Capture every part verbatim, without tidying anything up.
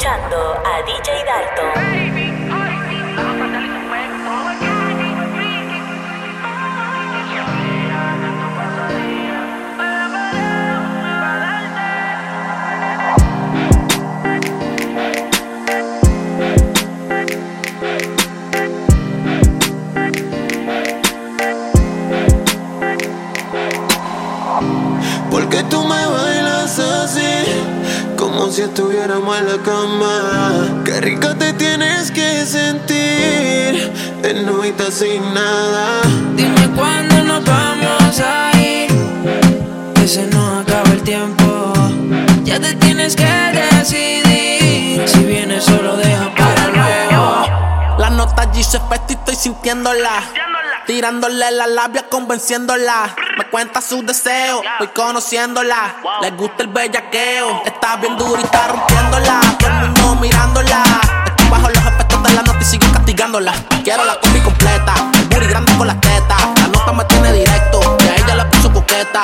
escuchando a D J Dalton. Porque tú me bailas así, como si estuviéramos en la cama. Qué rica te tienes que sentir, desnudita sin nada. Dime cuándo nos vamos a ir, que se nos acaba el tiempo. Ya te tienes que decidir, si vienes solo deja para luego. La nota allí se efecto y estoy sintiéndola, tirándole la labia, convenciéndola. Me cuenta sus deseos, voy conociéndola. Le gusta el bellaqueo, está bien dura y está rompiéndola. Todo el mundo mirándola. Estoy bajo los efectos de la nota y sigo castigándola. Quiero la combi completa, el booty grande con las tetas. La nota me tiene directo, y a ella le puso coqueta.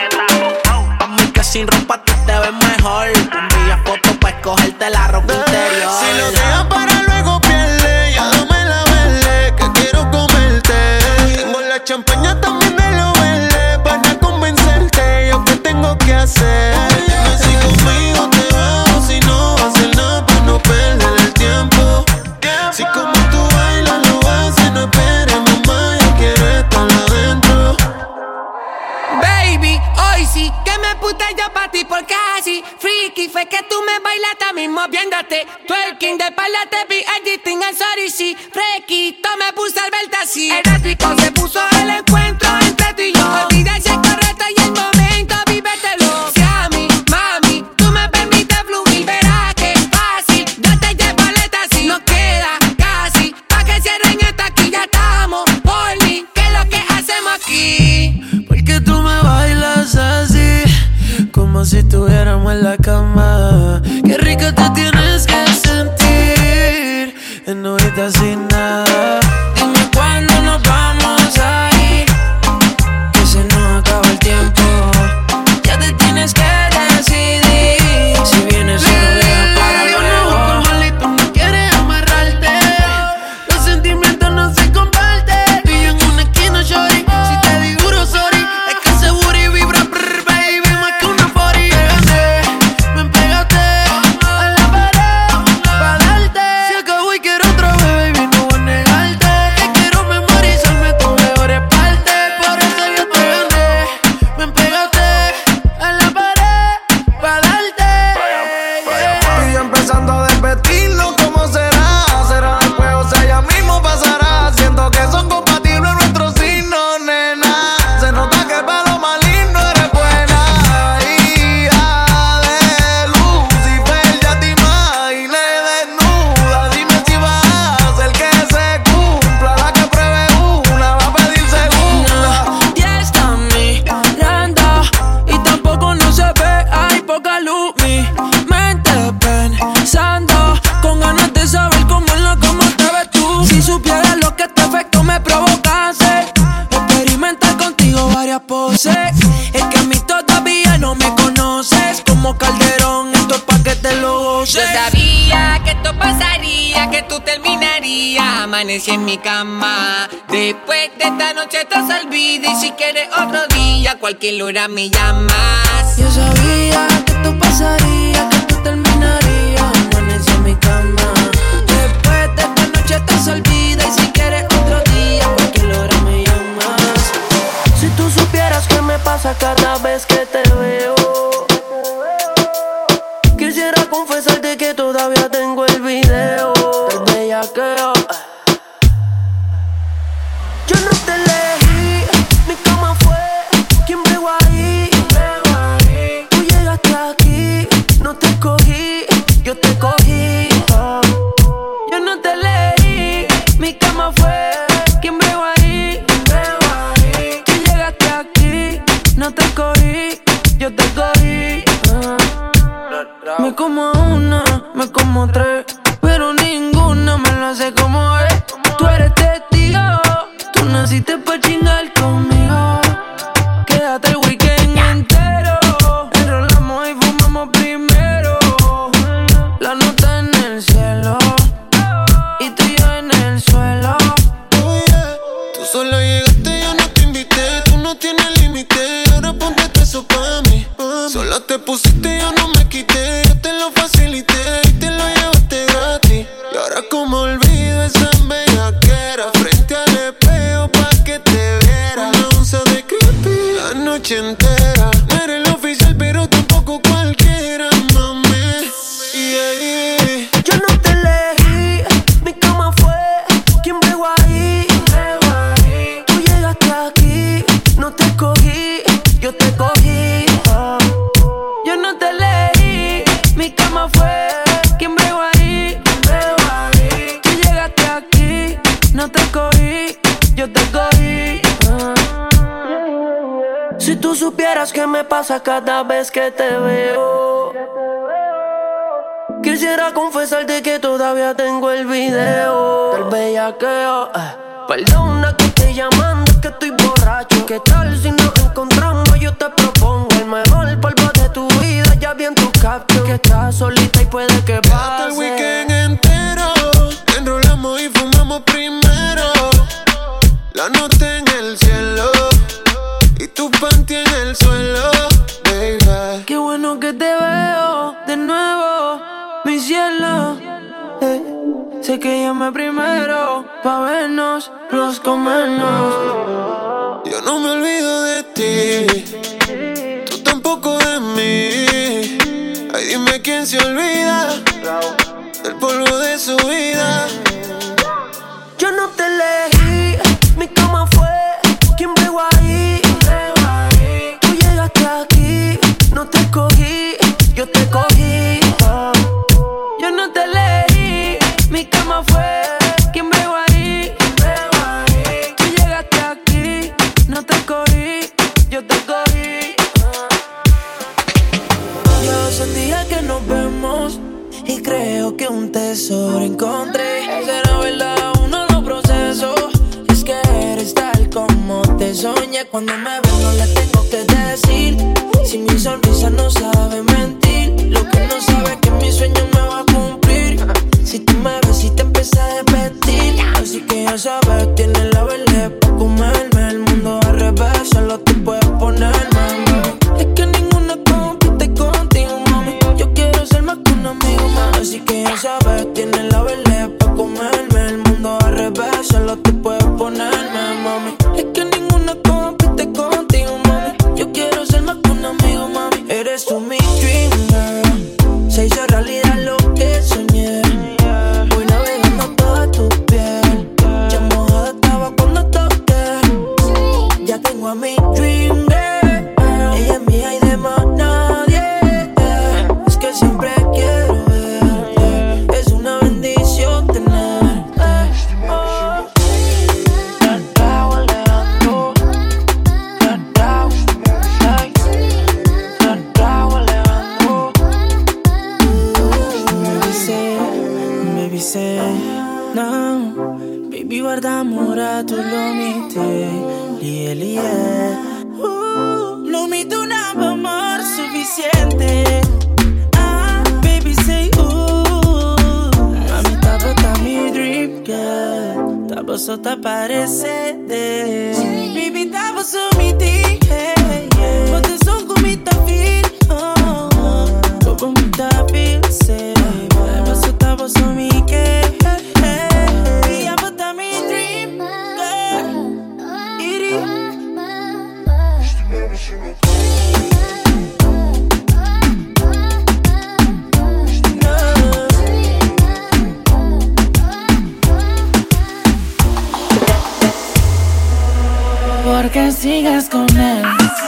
Pa' mí que sin ropa tú te ves mejor. Envía fotos pa' escogerte la ropa interior. Si lo dejas para luego pierde, ya dame la verde, que quiero comerte. Tengo la champaña también de lo verde, para convencerte. Yo qué tengo que hacer. Dime si conmigo te vas, si no vas a hacer nada para no perder el tiempo. Si como tú bailas lo haces, no esperes mamá, yo quiero estar adentro. Baby, hoy sí que me puse yo pa' ti por casi freaky, fue que tú me bailaste mismo viéndote twerking, de pala te vi editing, I'm sorry, sí, freaky, tú me puse al verte así. Erótico se puso el encuentro entre tú y yo. Olvida si es correcto y el momento, vívetelo. Si a mí, mami, tú me permites fluir, verás que fácil, yo te llevo aleta así. No queda casi, pa' que cierren esta aquí, ya estamos por mí, ¿qué es lo que hacemos aquí? Porque tú me bailas así, como si estuviéramos en la cama. Qué rico te tienes que sentir, desnudita sin nada. Dime cuándo nos vamos a ir, que se nos acaba el tiempo. Ya te tienes que decidir, si vienes solo deja para luego. Malito no quiere amarrarte, los sentimientos no se comparten. Y yo en una esquina, shorty, si te digo duro, sorry, es que ese booty vibra, brr, baby, más que una forty. Pégate, ven, pégate a la pared, pa' darte. Se acabó y quiero otra vez, baby, no voy a negarte. Te quiero memorizarme tus mejores partes, por eso yo te gané. Ven, pégate a la pared, pa' darte. Y yo empezando a desvestirnos, ¿cómo será? Será después o sea ya mismo pasará. Siento que son compatibles nuestros signos, nena. Se nota que para lo maligno eres buena. Hija de Lucifer, ya te imaginé desnuda. Dime si vas a hacer que se cumpla. La que pruebe una va a pedir segunda. Ya está mirando y tampoco no se ve, hay poca luz. Mi mente pensando, con ganas de saber cómo es la cama te ves tú. Si supieras lo que este efecto me provocase, experimentar contigo varias poses. Es que a mí todavía no me conoces, como Calderón, esto es pa' que te lo goces. Yo sabía que esto pasaría, que tú terminarías. Amanecí en mi cama. Después de esta noche estás olvida. Y si quieres otro día, cualquier hora me llamas. Yo sabía que esto pasaría, que tú terminarías. Amanecí en mi cama. Después de esta noche estás olvida. Y si quieres otro día, cualquier hora me llamas. Si tú supieras qué me pasa cada vez que te veo, quisiera confesarte que todavía tengo el video del bellaqueo. Yo no te elegí, mi cama fue quien bregó ahí. Tú llegaste aquí, no te escogí, yo te cogí. Yo no te elegí, mi cama fue quien bregó ahí. Tú llegaste aquí, no te escogí, yo te cogí. Me como una, me como tres, pero ninguna me lo hace como es. Tú eres testigo, tú naciste pa' chingar conmigo. Quédate el weekend entero, enrolamos y fumamos primero. La nota en Solo te pusiste, yo no me quité. Yo te lo facilité y te lo llevaste gratis. Y ahora como olvido esa bellaquera, frente al espejo pa' que te viera. Una onza de creepy la noche entera. No eres el oficial pero tampoco cualquiera, mami. Yeah, yeah. Yo no te elegí, mi cama fue quien bregó ahí. Tú llegaste aquí, no te escogí, yo te cogí. Oh. Yo no te elegí, mi cama fue quien bregó ahí. Tú llegaste aquí, no te escogí, yo te cogí. Oh. Si tú supieras qué me pasa cada vez que te veo, quisiera confesarte que todavía tengo el video del bellaqueo. Eh. Perdona que estoy llamando, es que estoy borracho. ¿Qué tal si nos encontramos? Yo te propongo el mejor polvo de tu vida. Ya vi en tu caption que estás solita y puede que pase. Hasta el weekend entero enrolamos y fumamos primero. La noche en el cielo y tu panty en el suelo, baby. Qué bueno que te veo de nuevo, mi cielo. Eh, sé que llamé primero pa' vernos, los comernos. Yo no me olvido de ti, tú tampoco de mí. Ay, dime quién se olvida del polvo de su vida. Yo no te elegí, mi cama fue quien bregó ahí. Tú llegaste aquí, no te escogí, yo te cogí. Oh. Yo no te elegí, mi cama fue quien bregó ahí. Tú llegaste aquí, no te escogí, yo te cogí. Oh. Yo hace días que nos vemos y creo que un tesoro encontré. Será verdad uno de los procesos. Es que eres tal como te soñé. Cuando me ves no le tengo que decir. Si mi sonrisa no sabe mentir. Lo que no sabe es que mi sueño me va a cumplir. Si tú me ves y te empiezas a repetir. Así que ya sabes, tienes la verde pa' comerme. El mundo al revés, solo tú puedes ponerme. Es que ninguna compite contigo, mami. Yo quiero ser más que un amigo, mami. Así que ya sabes, tienes la verde pa' comerme. El mundo al revés, solo tú puedes ponerme, mami. Es que ninguna compite contigo, mami. Yo quiero ser más que un amigo, mami. Eres tú mi dream girl. Se hizo realidad lo que soñé. Voy navegando toda tu piel. Ya mojada estaba cuando toqué. Ya tengo a mi dream girl. Ella es mía y de más nadie. Es que siempre quiero verte. Es una bendición tenerte. Oh. Raúl Alejandro. Raúl, ay. Raúl Alejandro. Baby say, baby say, no. Baby guarda amor a tu lomite. Lie, lie. Uh, no me da un amor suficiente. Ah, baby say, uh. Mami, t'as pas mi dream girl. T'as pas só t'aparece de. Baby, t'as pas só mi di. Você só comita feel. Oh, oh. Como me tá feel, say. T'as pas só, t'as pas só mi que. Y ya bota mi dream girl. Iri. Porque sigues con él.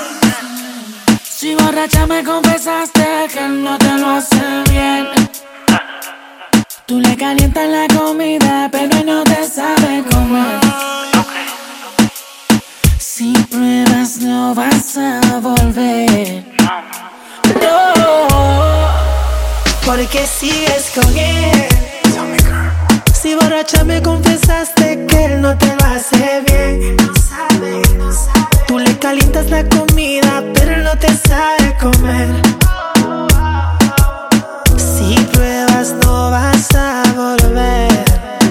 Si borracha me confesaste que él no te lo hace bien. Tú le calientas la comida, pero él no te sabe comer. Si pruebas no vas a volver. No, porque sigues con él. Si borracha me confesaste que él no te lo hace bien. No sabe, no sabe. Tú le calientas la comida, pero él no te sabe comer. Si pruebas no vas a volver.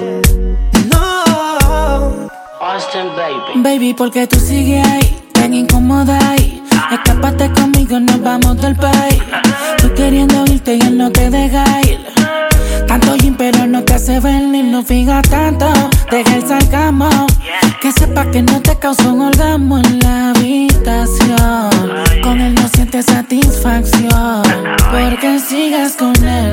No. Austin, baby. Baby, porque tú sigues ahí, tan incómoda ahí. Escápate conmigo, nos vamos vamos del país. Tú queriendo irte y él no te deja ir. Tanto gym pero no te hace venir. No fijas tanto, deja el sarcasmo. Que sepa que no te causó un orgasmo en la habitación. Con él no sientes satisfacción, porque sigues con él.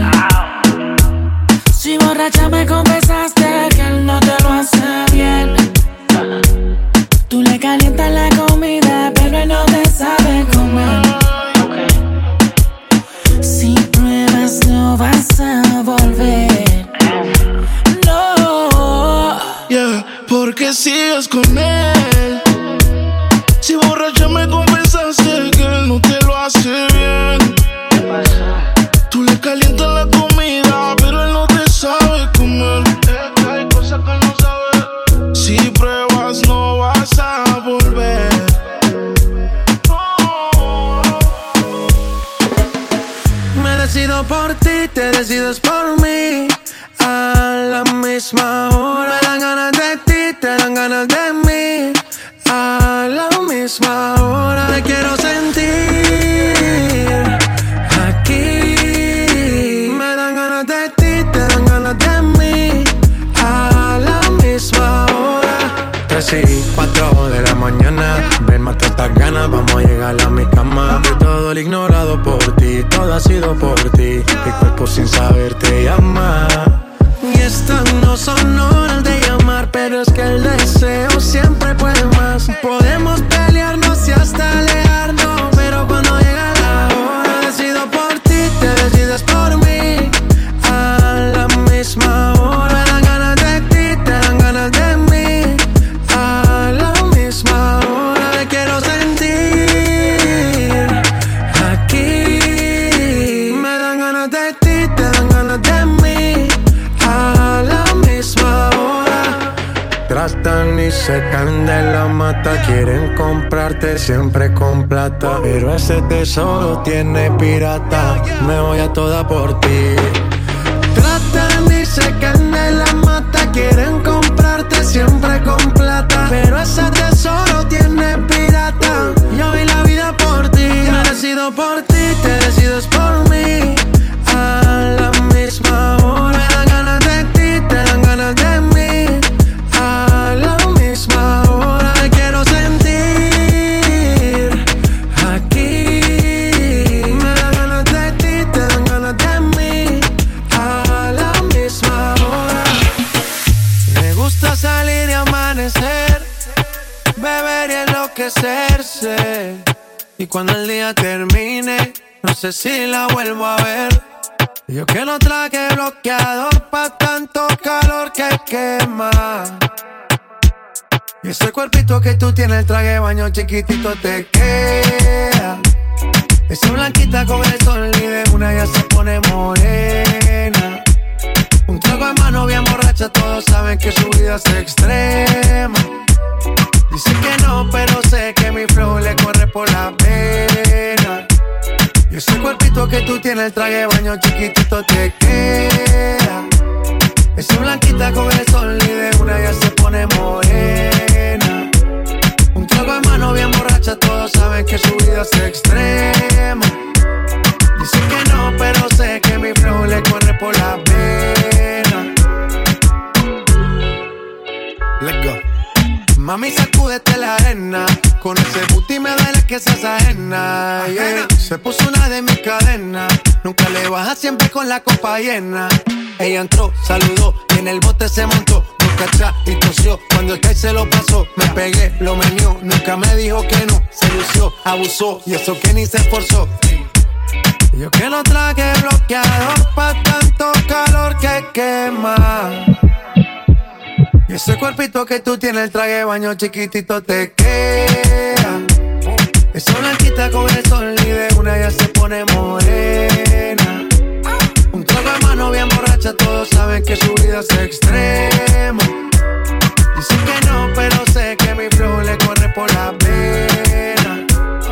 Si borracha me confesaste que él no te lo hace bien. Tú le calientas la comida, pero él no te sabe comer. Si pruebas no vas a volver. No. Yeah, porque sigues con él. Si borracha me confesaste que él no te lo hace bien. Tú le calientas la comida, pero él no te sabe comer. Es que hay cosas que él no sabe. Si pruebas no vas a volver. Oh. Me decido por ti, te decides por mí. A la misma hora me dan ganas de ti, te dan ganas de mí. A la misma hora te quiero sentir aquí. Me dan ganas de ti, te dan ganas de mí. A la misma hora. Tres y cuatro de la mañana, ven, mata estas ganas, vamos a llegar a mi cama. De todo el ignorado por ti, todo ha sido por ti. Mi cuerpo sin saber te llama. Y estas no son horas de llamar, pero es que el deseo siempre puede más. Podemos pelearnos y hasta alejarnos, pero cuando llega la hora decido por ti, te decides por mí. A la misma hora me dan ganas de ti, te dan ganas de mí. A la misma hora te quiero sentir aquí. Me dan ganas de ti, te dan ganas de mí. A la misma hora. Tratan y se caen de la mata. Quieren comprarte siempre con plata, pero ese tesoro tiene pirata. Me voy a toda por ti. Tratan y se caen de la mata. Quieren comprarte siempre con plata, pero ese tesoro tiene pirata. Yo vi la vida por ti. Me decido por ti, te decides por mí. A la misma hora me dan ganas de ti, te dan ganas de mí. A la misma hora te quiero sentir aquí. Me dan ganas de ti, te dan ganas de mí. A la misma hora. Me gusta salir y amanecer, beber y enloquecerse. Y cuando el día termine, no sé si la vuelvo a ver. Yo que no traje bloqueador pa' tanto calor que quema. Y ese cuerpito que tú tienes, el traje de baño chiquitito te queda. Esa blanquita con el sol y de una ya se pone morena. Un trago en mano bien borracha, todos saben que su vida es extrema. Dice que no, pero sé que mi flow le corre por la pena. Y ese cuerpito que tú tienes, el traje de baño chiquitito te queda. Esa blanquita con el sol y de una ya se pone morena. Un trago en mano bien borracha, todos saben que su vida es extrema. Dice que no, pero sé que mi flow le corre por la pena. Let's go. Mami, sacúdete la arena. Con ese booty me duele que seas ajena, yeah. Se puso una de mis cadenas. Nunca le baja, siempre con la copa llena. Ella entró, saludó y en el bote se montó. Boca atrás y tosió. Cuando el que se lo pasó, me pegué, lo menió. Nunca me dijo que no. Se lució, abusó y eso que ni se esforzó. Yo que no traje bloqueador pa' tanto calor que quema. Y ese cuerpito que tú tienes, el traje de baño chiquitito te queda. Esa blanquita con el sol y de una ya se pone morena. Un trago de mano bien borracha, todos saben que su vida es extrema. Dice que no, pero sé que mi flow le corre por la pena.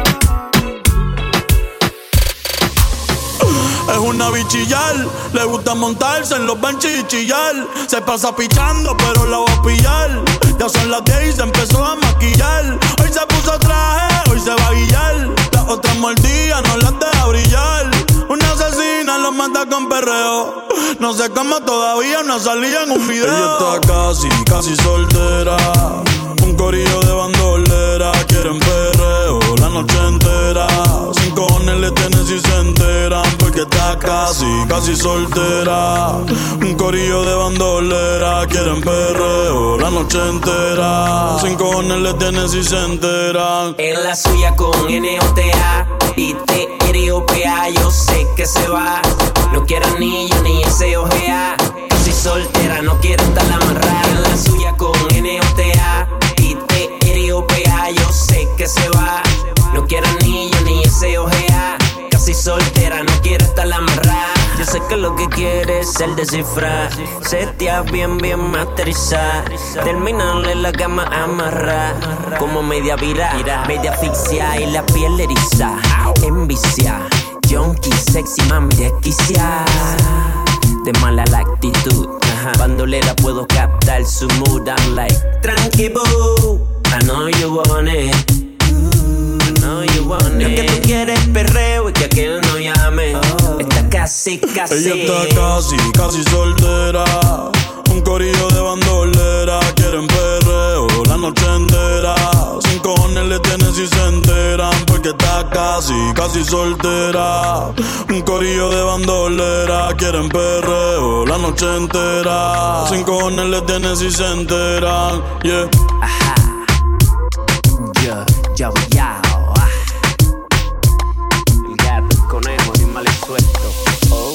Es una bichillar, le gusta montarse en los benches y chillar. Se pasa pichando, pero la va a pillar. Ya son las diez y se empezó a maquillar. Hoy se puso traje, hoy se va a guillar. La las otras mordidas no las deja brillar. Una asesina los mata con perreo. No sé cómo todavía no salía en un video. Ella está casi, casi soltera. Un corillo de bandolera. Quieren perreo la noche entera. Sin cojones le tienen si se enteran. Porque está casi, casi soltera. Un corillo de bandolera. Quieren perreo la noche entera. Sin cojones le tienen si se enteran. En la suya con N O T A y T R O P A. Yo sé que se va. No quiere anillo ni S O G A. Casi soltera, no quiere estar amarrada. En la suya con N O T A y T R O P A. Yo sé que se va. No quiere anillo ni S O G A. Casi soltera, no quiere estar amarrada. Yo sé que lo que quiere es el descifrar. Setear bien, bien masterizar. Terminarle la cama amarrar. Como media vira, media asfixia y la piel eriza. Envicia, junkie, sexy, mami desquicia. De mala la actitud, bandolera puedo captar su mood. I'm like, tranqui boo, I know you want it. I know you want it. Lo que tú quieres es perreo y que aquel no llame. Oh. Está casi, casi. Ella está casi, casi soltera. Un corillo de bandolera. Quieren perreo la noche entera. Sin cojones le tienen si se enteran. Porque está casi, casi soltera. Un corillo de bandolera. Quieren perreo la noche entera. Sin cojones le tienen si se enteran. Yeah. Ajá. Yo, yo, yo. El gato, el conejo, y mal suelto. Oh.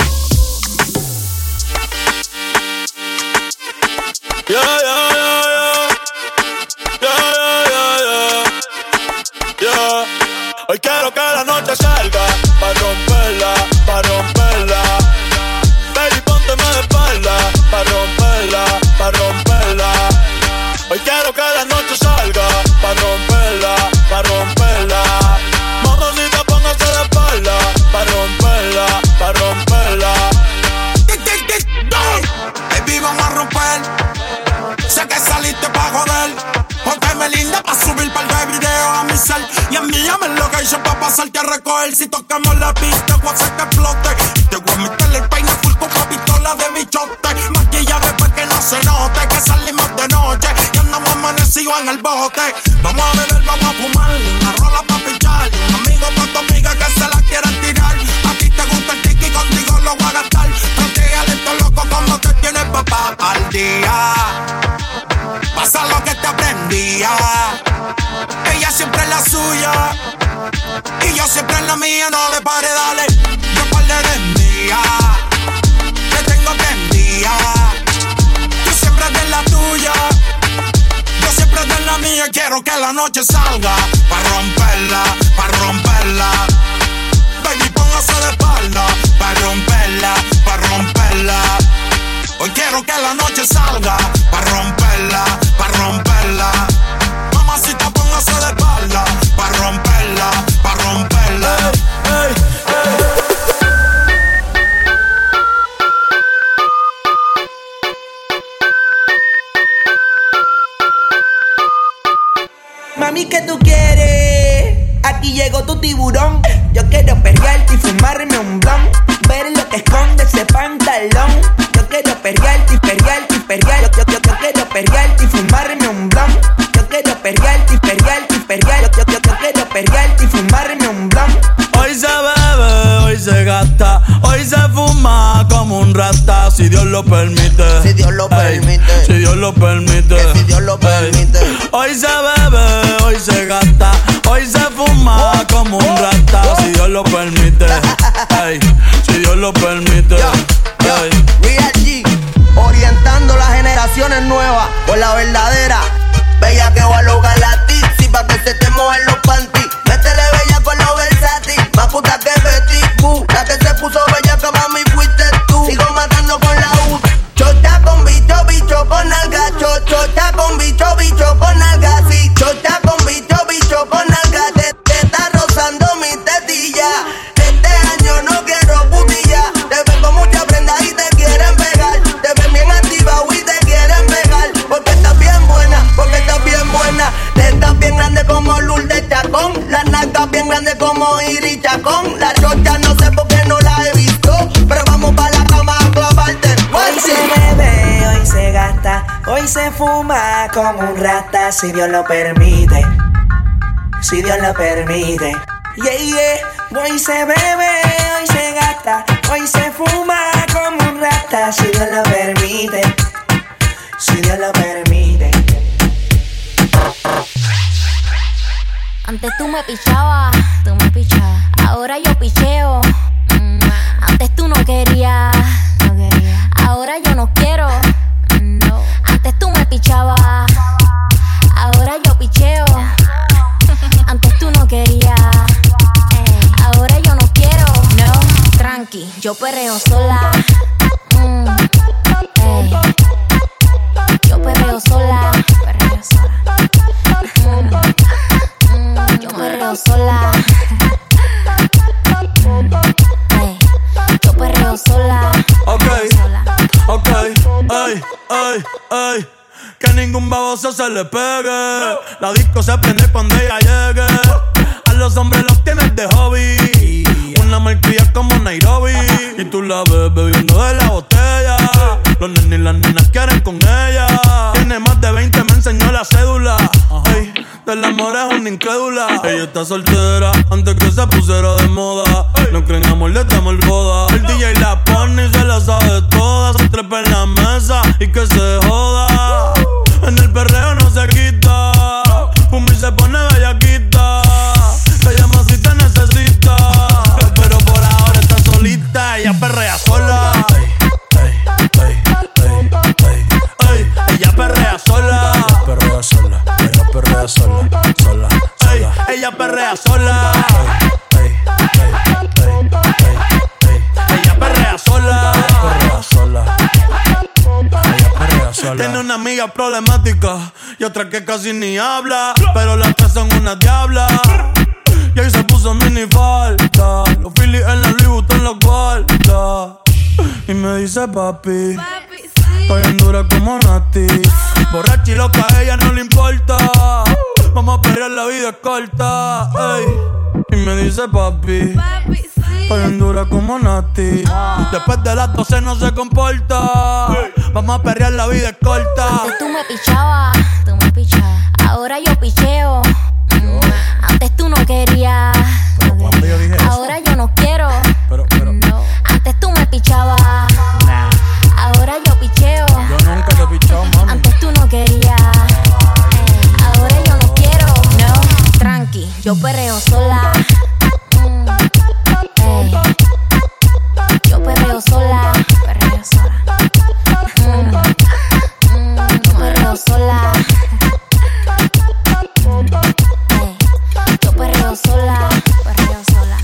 Yeah, yeah, yeah, yeah. Yeah, yeah, yeah, yeah. Yeah. Hoy quiero que la noche salga pa' romperla, pa' romperla. Baby, pónteme de espalda pa' romperla, pa' romperla. Hoy quiero que la noche salga pa' romperla, pa' romperla. Mamacita, póngase de espalda pa' romperla, pa' romperla. Baby, vamos a romper. Sé que saliste pa' joder. Pónteme linda pa' subir par de videos a mi cel. Y envíame el location pa' pasarte a recoger. Si tocamos la pista, voy a hacer que explote. Te voy a meterle el peine full con la pistola de bichote. Maquilla después que no se note que salimos de noche y andamos amanecidos en el bote. Vamos a beber, vamos a fumar, una rola pa' pichar. Un amigo pa' tu amiga que se la quieran tirar. A ti te gusta el tiki, contigo lo voy a gastar. Protégale esto loco como te tienes papá al día. Pasa lo que te aprendía. Ella siempre es la suya y yo siempre es la mía. No le pare, dale. Yo par de mía. Te tengo prendida. Tú siempre eres de la tuya. Yo siempre de la mía. Quiero que la noche salga pa' romperla, pa' romperla. Baby, póngase de espalda pa' romperla, pa' romperla. Hoy quiero que la noche salga pa' romperla, pa' romperla. Mamacita, póngase de espalda pa' romperla, pa' romperla. Hey, hey, hey. Mami, ¿qué tú quieres? Aquí llegó tu tiburón. Yo quiero perrearte y fumarme un blunt. Ver lo que esconde ese pantalón. Yo quiero perrearte y perrearte y perrear. Yo, yo, yo quiero perrearte y fumarme un blunt. Yo quiero perrearte y perrearte y perrear. Yo, yo, yo quiero perrearte y fumarme un blunt. Hoy se bebe, hoy se gasta, hoy se fuma como un rata. Si Dios lo permite. Si Dios lo permite. Ey, si Dios lo permite. Que si Dios lo permite. Ey, hoy se bebe, hoy se gasta, hoy se fuma oh, como un rata. Oh, si Dios lo permite. Ey, si Dios lo permite. Yo, yo, Real G, orientando las generaciones nuevas por la verdadera. Bella que voy a lograr la tizi pa' que se te mojen los panties. Métele bella con los versátil. Más puta que Betty Boo. La que se puso bella que mami fuiste tú. Sigo matando con la U. Chota con bicho, bicho con alga. Chota con bicho, bicho con alga. Sí, chota con bicho, bicho con alga. Te, te está rozando mi tetilla. Este año no quiero putilla. Te como un rata si Dios lo permite. Si Dios lo permite. Yeah, yeah. Hoy se bebe, hoy se gasta, hoy se fuma como un rata si Dios lo permite. Si Dios lo permite. Antes tú me pichabas, tú me pichabas. Ahora yo picheo. Mm. Antes tú no querías, no quería. Ahora yo no quiero. No. Antes tú me pichabas. Ahora yo picheo. Antes tú no querías. Ey. Ahora yo no quiero. No. Tranqui, yo perreo sola. Mm. Ey. Yo perreo sola. Perreo sola. Mm. Yo perreo sola. Ey, yo perreo sola. Ok, sola. ok, ay, ay, ay. Que ningún baboso se le pegue. La disco se prende cuando ella llegue. A los hombres los tienes de hobby. Una malcria como Nairobi. Y tú la ves bebiendo de la botella. Los nenes y las nenas quieren con ella. Tiene más de veinte, me enseñó la cédula. Ey, del amor es una incrédula. Ella está soltera antes que se pusiera de moda. No creen amor, le damos el boda. El D J la pone y se la sabe toda. Se trepa en la mesa y que se joda. En el perreo no se quita. Pumbi se pone bellaquita. Te llama si te necesita. Pero por ahora está solita. Ella perrea sola. Ey, ey, ey, ey, ey. Ella perrea sola. Ella perrea sola. Ella perrea sola. Sola, sola. Ella perrea sola. Ey, ey, ey, ey, ey, ey. Ella perrea sola. Ella perrea sola. Ella perrea sola. Tiene una amiga problemática y otra que casi ni habla, pero las tres son una diabla. Y ahí se puso mini falta. Los Phillies en la Louis Vuitton en la cuarta. Y me dice papi, estoy en dura como Nati. Borracha y loca, a ella no le importa. Vamos a perrear, la vida es corta. Ey. Y me dice papi, estoy en dura como Nati. Después de las doce no se comporta. Vamos a perrear, la vida es corta. Antes tú me pichabas, tú me pichabas. Ahora yo picheo. Mm. Antes tú no querías. Pero cuando yo dije ahora eso, yo no quiero. Pero, pero. No. Antes tú me pichabas. Nah. Ahora yo picheo. Yo nunca te he pichado, mami. Antes tú no querías. Ey, ahora yo no quiero. No. Tranqui, yo perreo sola. Mm. Ey. Yo perreo sola. Perreo sola. Mm. Mm. Yo perreo sola. Ey. Yo perreo sola. Perreo sola.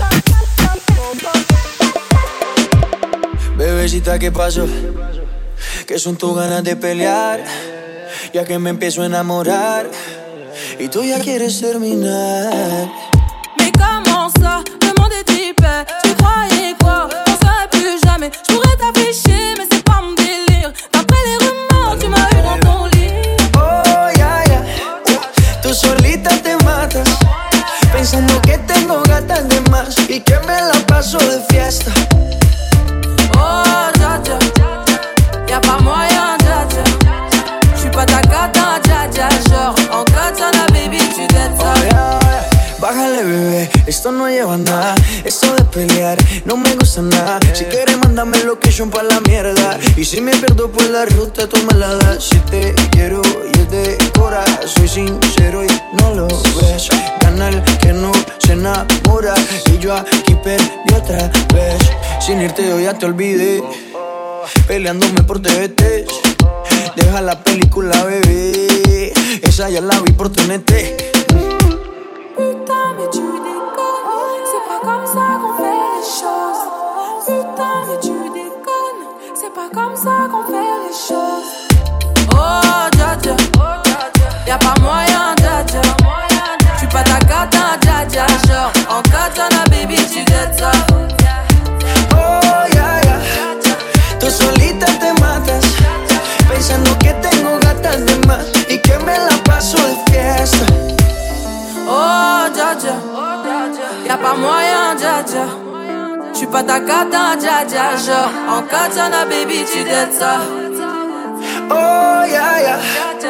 Bebecita, ¿qué pasó? ¿Qué son tus ganas de pelear? Ya que me empiezo a enamorar y tú ya quieres terminar. Mais comment ça, le monde est hyper. Tu croyais quoi, on serait plus jamais. Je pourrais t'afficher, mais c'est pas mon délire. D'après les rumeurs, tu m'as eu dans ton lit. Oh, ya, ya, tú solita te matas, pensando que tengo gatas de más y que me la paso de fiesta. Oh, dja dja, y'a pas moyen, dja dja. J'suis pas ta cata, dja dja. Genre, en katana, baby, tu dettes ça. Oh, yeah, yeah. Bájale, bebé, esto no lleva nada. Esto de pelear no me gusta nada. Si quieres, mándame location pa' la mierda. Y si me pierdo por la ruta, tú me la das. Si te quiero y es de cora, soy sincero y no lo ves. Gana el que no se enamora. Y yo aquí perdí otra vez. Sin irte yo ya te olvidé, peleándome por T V T. Deja la película, bebé, esa ya la vi por T N T. Putain, mais tu déconnes, c'est pas comme ça qu'on fait les choses. Putain, mais tu déconnes, c'est pas comme ça qu'on fait les choses. Oh, dja dja, y'a pas moyen, dja dja. J'suis pas ta cata, dja dja. Genre, en katana, baby, tu dettes ça. Oh, ya, ya, tú solita te matas, pensando que tengo gatas de más y que me la paso de fiesta. Oh, dja dja, y'a pas moyen, dja dja. J'suis pas ta cata, dja dja. Genre, en katana, baby, tu dettes ça. Oh, ya, ya,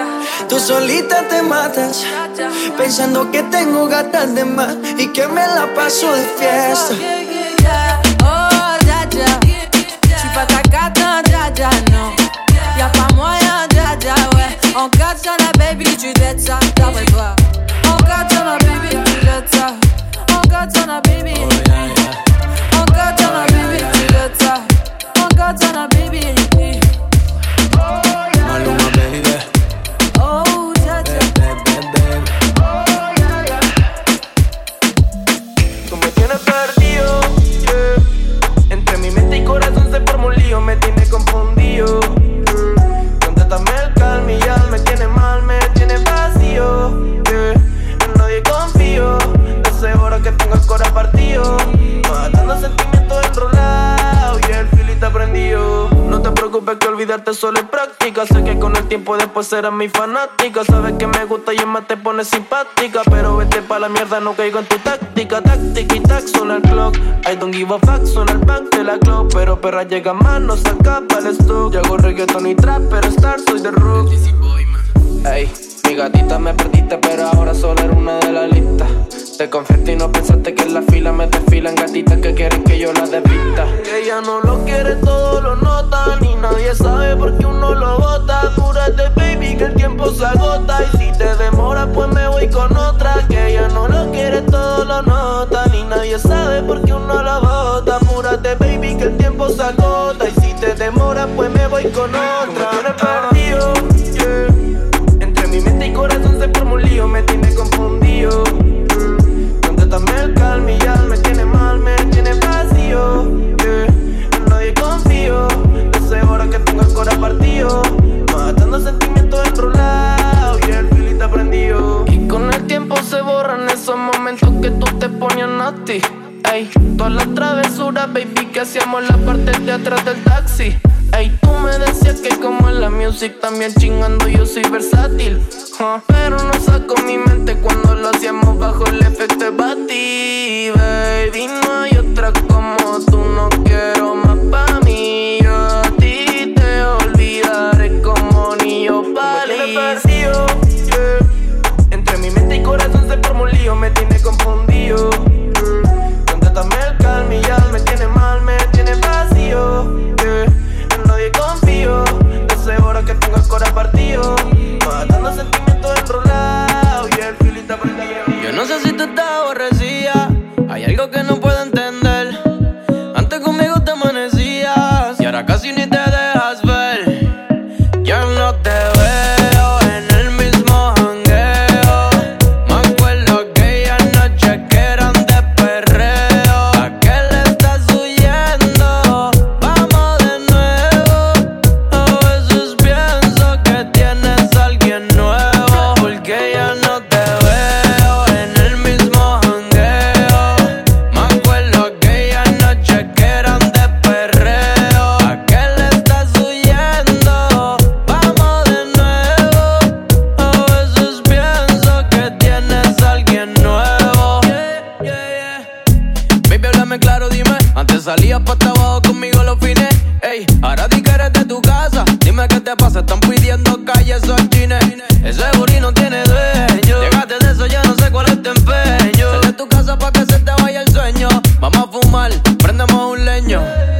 Tú solita te matas, pensando que tengo gatas de más y que me la paso de fiesta. Oh, ya, ya. Je suis pas ta cata, ya, ya, non. Y'a pas moyen, ya, ya, ouais. On garde sur la baby, tu dettes ça, d'après toi. On garde sur la baby, tu dettes ça. On garde sur la baby. On garde sur la baby, tu dettes ça. On garde sur la baby. Maluma, baby. Oh, ya, ya. Tú me tienes perdido, yeah. Entre mi mente y corazón se forma un lío, me tiene confundido. Mm. Contéstame el calma y ya me tiene mal, me tiene vacío, yeah. En nadie confío, hace horas que tengo el corazón partido, matando sentimientos enrolados y el filito prendido. No te preocupes que olvidarte solo es práctica. Sé que con el tiempo después serás mi fanática. Sabes que me gusta y es más te pones simpática. Pero vete pa' la mierda, no caigo en tu táctica. Táctica y tac, suena el clock. I don't give a fuck, suena el back de la clock. Pero perra llega más, no se acaba el stock. Yo hago reggaeton y trap, pero star soy de rock. Ey, mi gatita me perdiste, pero ahora solo era una de la lista. Te confiaste y no pensaste que en la fila me desfilan gatitas que quieren que yo las desvista. Que ella no lo quiere, todo lo nota, ni nadie sabe por qué uno lo bota. Apúrate, baby, que el tiempo se agota. Y si te demora, pues me voy con otra. Que ella no lo quiere, todo lo nota, ni nadie sabe por qué uno lo bota. Apúrate, baby, que el tiempo se agota. Y si te demora, pues me voy con otra. Me tienes perdido, yeah. Entre mi mente y corazón se forma un lío, me tiene confundido. Contéstame el calma y ya me tiene mal, me tiene vacío, yeah. En nadie confío, hace horas que tengo el corazón partido, matando sentimientos enrolados y el filito prendido. Y con el tiempo se borran esos momentos que tú te ponías nasty. Ey, todas las travesuras, baby, que hacíamos en la parte de atrás del taxi. Ey, tú me decías que como en la music también chingando yo soy versátil, huh? Pero no saco mi mente cuando lo hacíamos bajo el efecto de Bati. Baby, no hay otra como tú, no quiero más pa' mí. Yo a ti te olvidaré como ni yo valí. Me tiene perdido, yeah. Entre mi mente y corazón se forma un lío, me tiene confundido. mm. Contéstame el calma y ya me tiene mal, me tiene vacío, yeah. Nadie confío, hace horas que tengo el corazón partido, matando sentimientos enrolados y el filito prendido. Yo no sé si tú estás aborrecida, hay algo que no puedo entender. Antes conmigo te amanecías y ahora casi ni te dejas ver. Ya no te veo en el mismo jangueo. Me acuerdo aquella noche que eran de perreo. ¿A qué le estás huyendo? Vamos de nuevo. A veces pienso que tienes a alguien nuevo, porque ya no te veo en el mismo jangueo. Me acuerdo aquella noche que eran de perreo. ¿A qué le estás huyendo? Vamos de nuevo. A veces pienso que tienes a alguien nuevo. Yeah, yeah, yeah. Baby, háblame claro, dime. Antes salías pa' abajo conmigo los fines. Ey, ahora di que eres de tu casa. Dime qué te pasa, están pidiendo calle esos chines. Ese booty no tiene dueño. Llegaste de eso, ya no sé cuál es tu empeño. Sal de tu casa pa' que se te vaya el sueño. Vamos a fumar, prendemos un leño.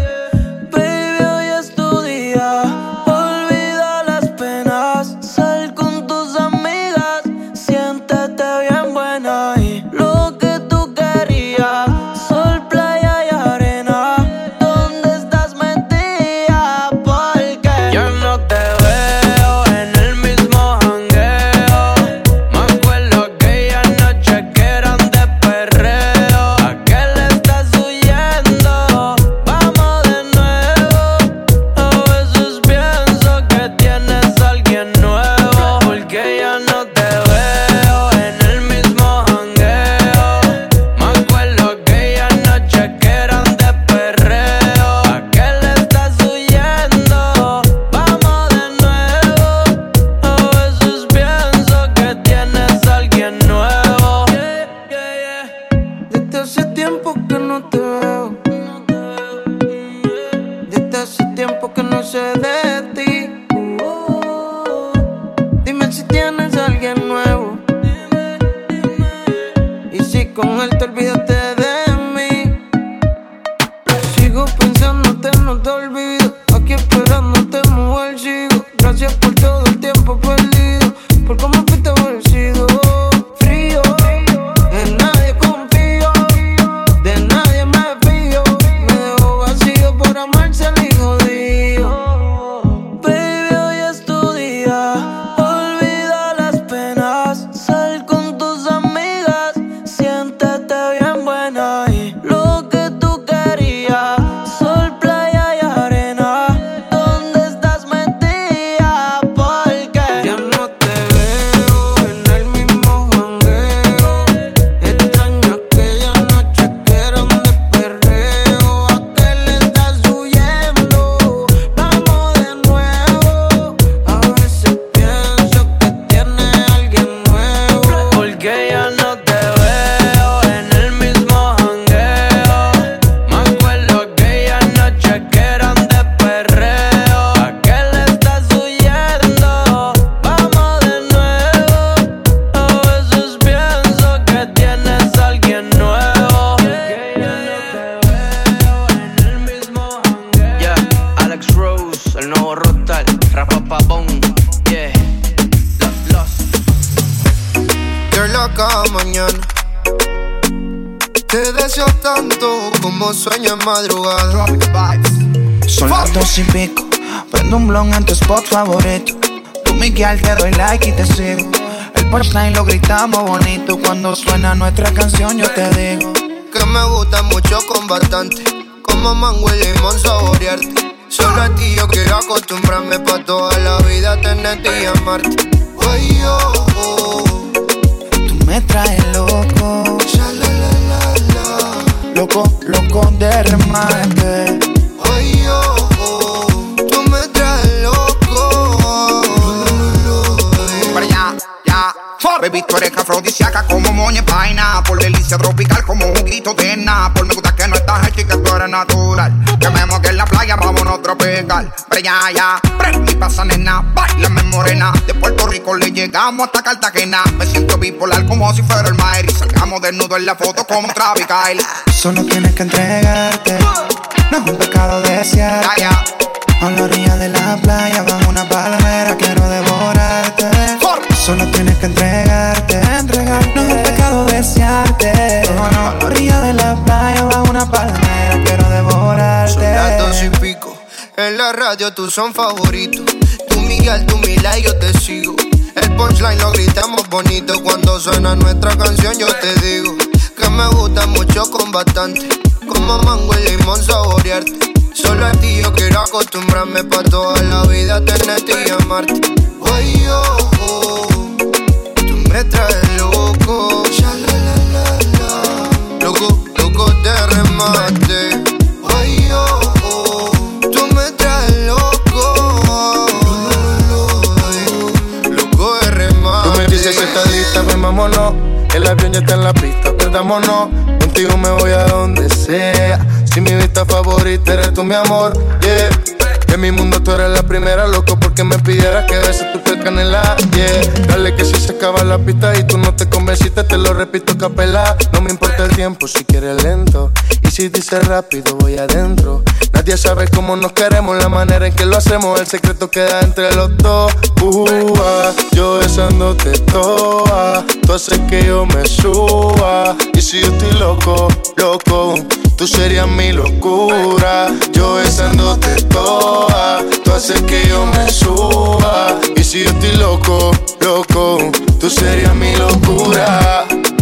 Baby, hoy es tu día. Olvida las penas. Sal con tus amigas. Siéntete bien buena. Y lo que tú querías. Sol, playa y arena. ¿Dónde estás metida? Porque yo no te veo en el mismo jangueo. Me acuerdo aquella noche que eran de perreo. ¿A qué le estás huyendo? Vamos de nuevo. A veces pienso que tienes a alguien nuevo, porque ya no te veo en el mismo jangueo. Me acuerdo aquella noche que eran de perreo. ¿A qué le estás huyendo? Vamos de nuevo. A veces pienso que tienes a alguien nuevo. Yeah, yeah, yeah. Desde hace tiempo que no te veo. Desde hace tiempo que no sé de ti. Dime si tienes Vivo pensándote, no te olvido. Aquí esperándote, mujer, sigo. Gracias por todo el tiempo perdido, por cómo fuiste vencido. Frío, en nadie confío, de nadie me fío. Me dejo vacío por amarse al hijo de Dios. Baby, hoy es tu día, olvida las penas. Sal con tus amigas, siéntete bien buena. Y lo que tú querías, sol, playa y arena. ¿Dónde estás metida? Porque ya no te veo en el mismo jangueo. Extraño aquella noche que eran de perreo. ¿A qué le estás huyendo? Vamos de nuevo. A veces pienso que tienes alguien nuevo. Porque ya no te veo en el mismo jangueo. Me acuerdo aquella noche que eran de perreo. ¿A qué le estás huyendo? Vamos de nuevo. A veces pienso que tienes alguien nuevo. Porque ya no te veo en el mismo jangueo. Yeah, Alex Rose, el nuevo Rockstar, Rafa Pavón, yeah. Los, los. You're loca mañana. Te deseo tanto como sueño en madrugada. Son las dos y pico, prendo un blon en tu spot favorito. Tú, Miguel, te doy like y te sigo. El punchline lo gritamos bonito. Cuando suena nuestra canción yo te digo Que me gusta mucho con bastante, como mango y limón saborearte. Solo a ti yo quiero acostumbrarme pa' toda la vida tenerte y amarte. Ay, oh, oh. Tú me traes loco, Sha, la, la, la, la. loco, loco de remate. Ay, oh, oh. Tú me traes loco. Para allá, ya. Baby, tú eres afrodisíaca como moña en vaina. Por delicia tropical como juguito de Napol. Me gusta que no estás hecha y que tú eres natural. Que me moque en la playa, vámonos a tropical. Para allá, ya. Prende pasa nena, bailame morena. De Puerto Rico le llegamos hasta Cartagena. Me siento bipolar como si fuera el Mayri. Salgamos desnudos en la foto como Travis Kyle. Solo tienes que entregarte, no es un pecado desearte. Ya, ya. A la orilla de la playa, bajo una palmera, quiero devorarte. Solo tienes que entregarte, entregar, no es un pecado desearte. No, no. A la orilla de la playa, bajo una palmera, quiero devorarte. Son las dos y pico, en la radio tú son favoritos. Tú Miguel, tú Mila y yo te sigo. El punchline lo gritamos bonito. Cuando suena nuestra canción yo te digo Que me gusta mucho con bastante, como mango y limón saborearte. Solo a ti yo quiero acostumbrarme pa' toda la vida tenerte y amarte. Ay, oh, oh. Tú me traes loco, Sha, la, la, la, la. Loco, loco de remate. Ay, oh, oh. Tú me traes loco, loco de remate. Tú me dices que estás lista, ven vámonos. El avión ya está en la pista, perdámonos. Contigo me voy a donde sea. Si mi vista favorita eres tú, mi amor, yeah. En mi mundo tú eres la primera, loco, porque me pidieras que beses tu piel canela, yeah. Dale que si se acaba la pista y tú no te convenciste, te lo repito capela. No me importa el tiempo si quieres lento, y si dices rápido voy adentro. Nadie sabe cómo nos queremos, la manera en que lo hacemos, el secreto queda entre los dos. Uh, ah, yo besándote toda, tú haces que yo me suba. Y si yo estoy loco, loco, tú serías mi locura. Yo besándote toda, tú haces que yo me suba. Y si yo estoy loco, loco, tú serías mi locura.